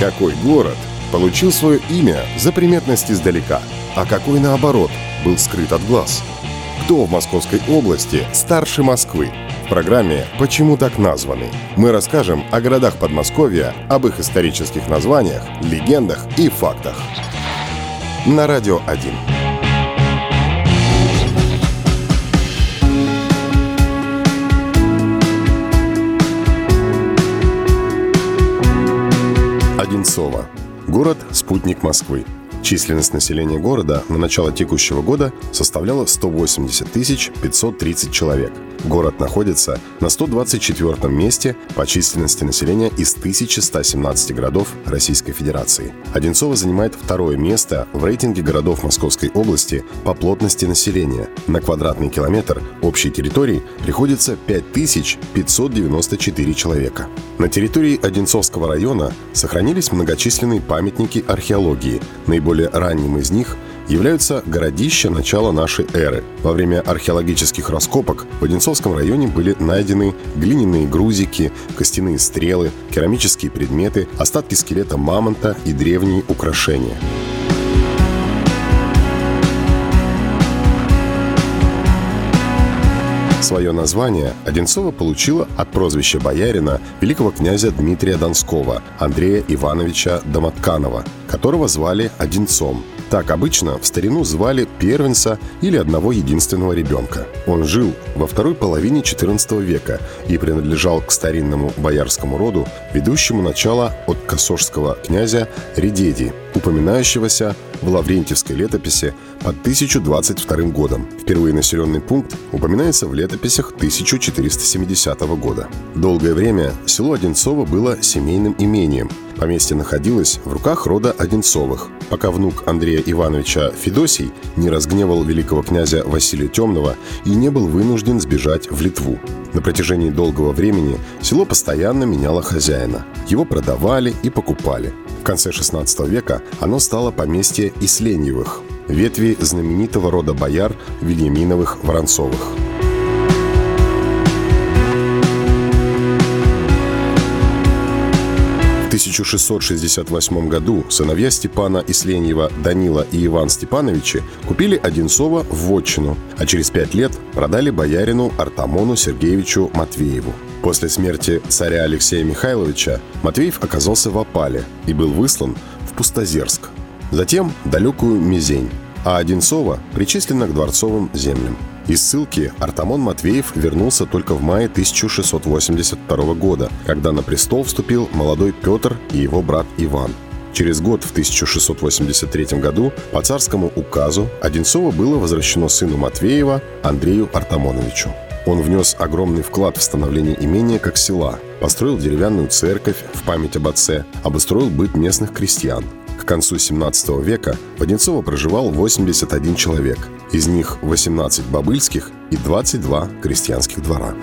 Какой город получил свое имя за приметность издалека, а какой, наоборот, был скрыт от глаз? Кто в Московской области старше Москвы? В программе «Почему так названы» мы расскажем о городах Подмосковья, об их исторических названиях, легендах и фактах. На Радио 1. Одинцово. Город – спутник Москвы. Численность населения города на начало текущего года составляла 180 530 человек. Город находится на 124-м месте по численности населения из 1117 городов Российской Федерации. Одинцово занимает второе место в рейтинге городов Московской области по плотности населения. На квадратный километр общей территории приходится 5594 человека. На территории Одинцовского района сохранились многочисленные памятники археологии. Наиболее ранним из них являются городища начала нашей эры. Во время археологических раскопок в Одинцовском районе были найдены глиняные грузики, костяные стрелы, керамические предметы, остатки скелета мамонта и древние украшения. Свое название Одинцово получило от прозвища боярина великого князя Дмитрия Донского Андрея Ивановича Домотканова, которого звали Одинцом. Так обычно в старину звали первенца или одного единственного ребенка. Он жил во второй половине XIV века и принадлежал к старинному боярскому роду, ведущему начало от косожского князя Редеди, упоминающегося в Лаврентьевской летописи под 1022 годом. Впервые населенный пункт упоминается в летописях 1470 года. Долгое время село Одинцово было семейным имением. Поместье находилось в руках рода Одинцовых, пока внук Андрея Ивановича Федосий не разгневал великого князя Василия Темного и не был вынужден сбежать в Литву. На протяжении долгого времени село постоянно меняло хозяина. Его продавали и покупали. В конце XVI века оно стало поместье Исленьевых, ветви знаменитого рода бояр Вильяминовых-Воронцовых. В 1668 году сыновья Степана Исленьева Данила и Иван Степановичи купили Одинцово в вотчину, а через 5 лет продали боярину Артамону Сергеевичу Матвееву. После смерти царя Алексея Михайловича Матвеев оказался в опале и был выслан в Пустозерск, затем в далекую Мизень, а Одинцово причислено к дворцовым землям. Из ссылки Артамон Матвеев вернулся только в мае 1682 года, когда на престол вступил молодой Петр и его брат Иван. Через год, в 1683 году, по царскому указу Одинцово было возвращено сыну Матвеева Андрею Артамоновичу. Он внес огромный вклад в становление имения как села, построил деревянную церковь в память об отце, обустроил быт местных крестьян. К концу 17 века в Одинцово проживал 81 человек, из них 18 бобыльских и 22 крестьянских двора.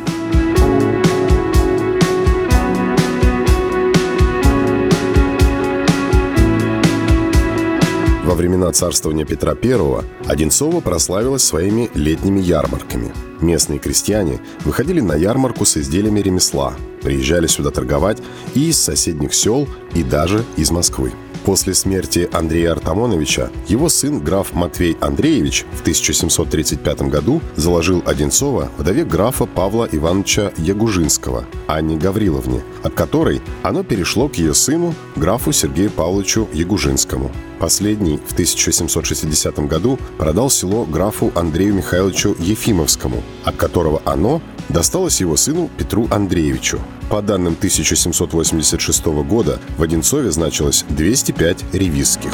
Во времена царствования Петра I Одинцово прославилось своими летними ярмарками. Местные крестьяне выходили на ярмарку с изделиями ремесла, приезжали сюда торговать и из соседних сел, и даже из Москвы. После смерти Андрея Артамоновича его сын граф Матвей Андреевич в 1735 году заложил Одинцово вдове графа Павла Ивановича Ягужинского, Анне Гавриловне, от которой оно перешло к ее сыну, графу Сергею Павловичу Ягужинскому. Последний в 1760 году продал село графу Андрею Михайловичу Ефимовскому, от которого оно досталось его сыну Петру Андреевичу. По данным 1786 года в Одинцове значилось 205 ревизских.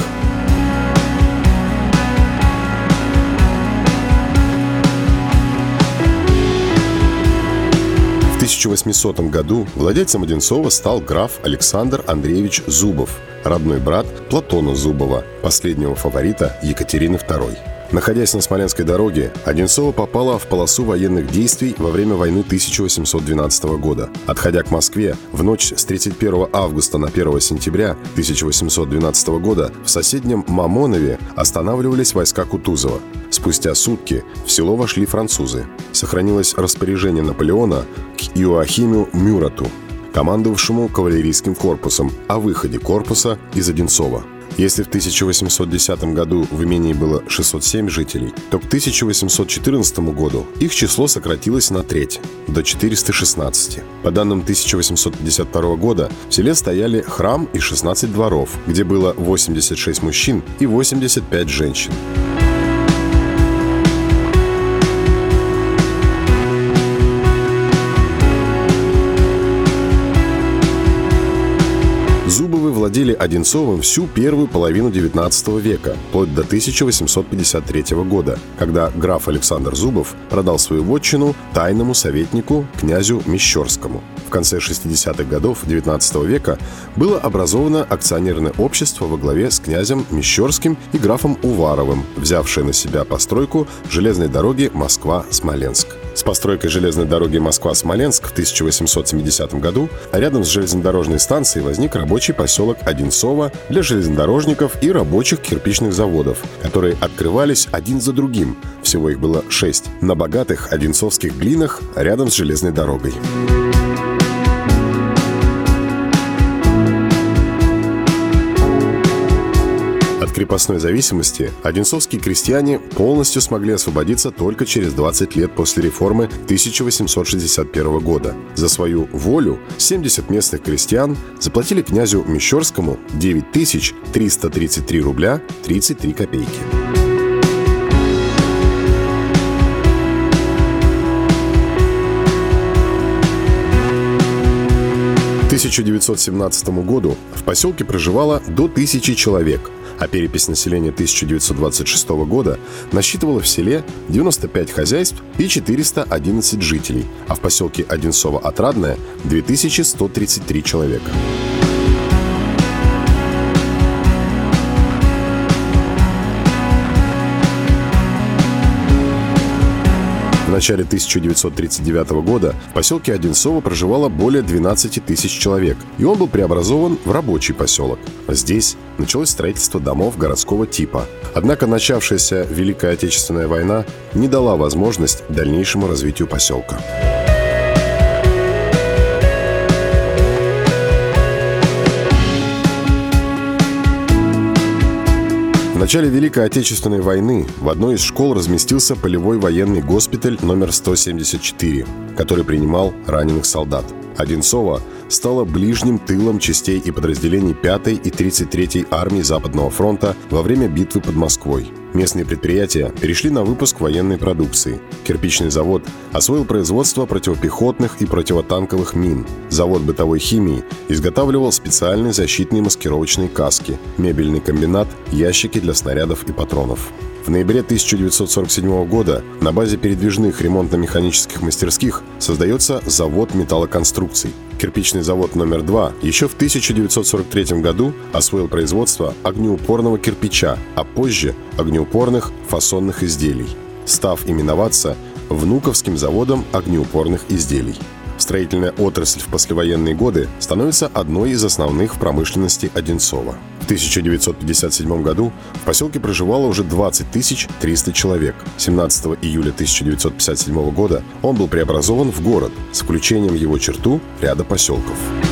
В 1800 году владельцем Одинцова стал граф Александр Андреевич Зубов, родной брат Платона Зубова, последнего фаворита Екатерины II. Находясь на Смоленской дороге, Одинцово попало в полосу военных действий во время войны 1812 года. Отходя к Москве, в ночь с 31 августа на 1 сентября 1812 года в соседнем Мамонове останавливались войска Кутузова. Спустя сутки в село вошли французы. Сохранилось распоряжение Наполеона к Иоахиму Мюрату, командовавшему кавалерийским корпусом, о выходе корпуса из Одинцова. Если в 1810 году в имении было 607 жителей, то к 1814 году их число сократилось на треть, до 416. По данным 1852 года в селе стояли храм и 16 дворов, где было 86 мужчин и 85 женщин. Зубовы владели Одинцовым всю первую половину XIX века, вплоть до 1853 года, когда граф Александр Зубов продал свою вотчину тайному советнику князю Мещерскому. В конце 60-х годов XIX века было образовано акционерное общество во главе с князем Мещерским и графом Уваровым, взявшее на себя постройку железной дороги Москва-Смоленск. С постройкой железной дороги Москва-Смоленск в 1870 году рядом с железнодорожной станцией возник рабочий поселок Одинцово для железнодорожников и рабочих кирпичных заводов, которые открывались один за другим. Всего их было 6 на богатых одинцовских глинах рядом с железной дорогой. От крепостной зависимости одинцовские крестьяне полностью смогли освободиться только через 20 лет после реформы 1861 года. За свою волю 70 местных крестьян заплатили князю Мещерскому 9333 рубля 33 копейки. К 1917 году в поселке проживало до 1000 человек, а перепись населения 1926 года насчитывала в селе 95 хозяйств и 411 жителей, а в поселке Одинцово-Отрадное – 2133 человека. В начале 1939 года в поселке Одинцово проживало более 12 тысяч человек, и он был преобразован в рабочий поселок. Здесь началось строительство домов городского типа. Однако начавшаяся Великая Отечественная война не дала возможность дальнейшему развитию поселка. В начале Великой Отечественной войны в одной из школ разместился полевой военный госпиталь номер 174, который принимал раненых солдат. Одинцово стало ближним тылом частей и подразделений 5-й и 33-й армии Западного фронта во время битвы под Москвой. Местные предприятия перешли на выпуск военной продукции. Кирпичный завод освоил производство противопехотных и противотанковых мин. Завод бытовой химии изготавливал специальные защитные маскировочные каски. Мебельный комбинат – ящики для снарядов и патронов. В ноябре 1947 года на базе передвижных ремонтно-механических мастерских создается завод металлоконструкций. Кирпичный завод номер 2 еще в 1943 году освоил производство огнеупорного кирпича, а позже огнеупорных фасонных изделий, став именоваться Внуковским заводом огнеупорных изделий. Строительная отрасль в послевоенные годы становится одной из основных в промышленности Одинцова. В 1957 году в поселке проживало уже 20 300 человек. 17 июля 1957 года он был преобразован в город с включением в его черту ряда поселков.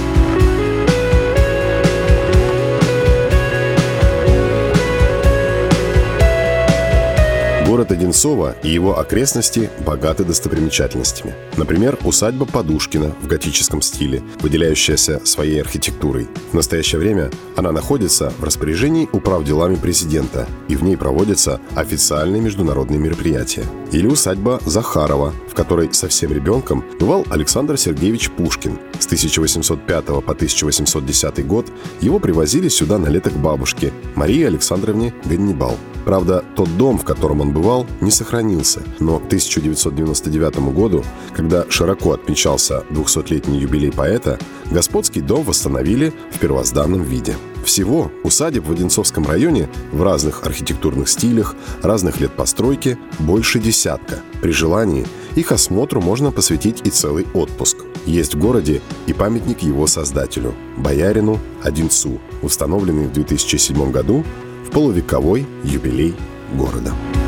Город Одинцово и его окрестности богаты достопримечательностями. Например, усадьба Подушкина в готическом стиле, выделяющаяся своей архитектурой. В настоящее время она находится в распоряжении управделами президента, и в ней проводятся официальные международные мероприятия. Или усадьба Захарова, в которой совсем ребенком бывал Александр Сергеевич Пушкин. С 1805 по 1810 год его привозили сюда на лето к бабушке Марии Александровне Ганнибал. Правда, тот дом, в котором он бывал, не сохранился, но к 1999 году, когда широко отмечался 200-летний юбилей поэта, господский дом восстановили в первозданном виде. Всего усадеб в Одинцовском районе в разных архитектурных стилях, разных лет постройки больше десятка. При желании их осмотру можно посвятить и целый отпуск. Есть в городе и памятник его создателю, боярину Одинцу, установленный в 2007 году в полувековой юбилей города.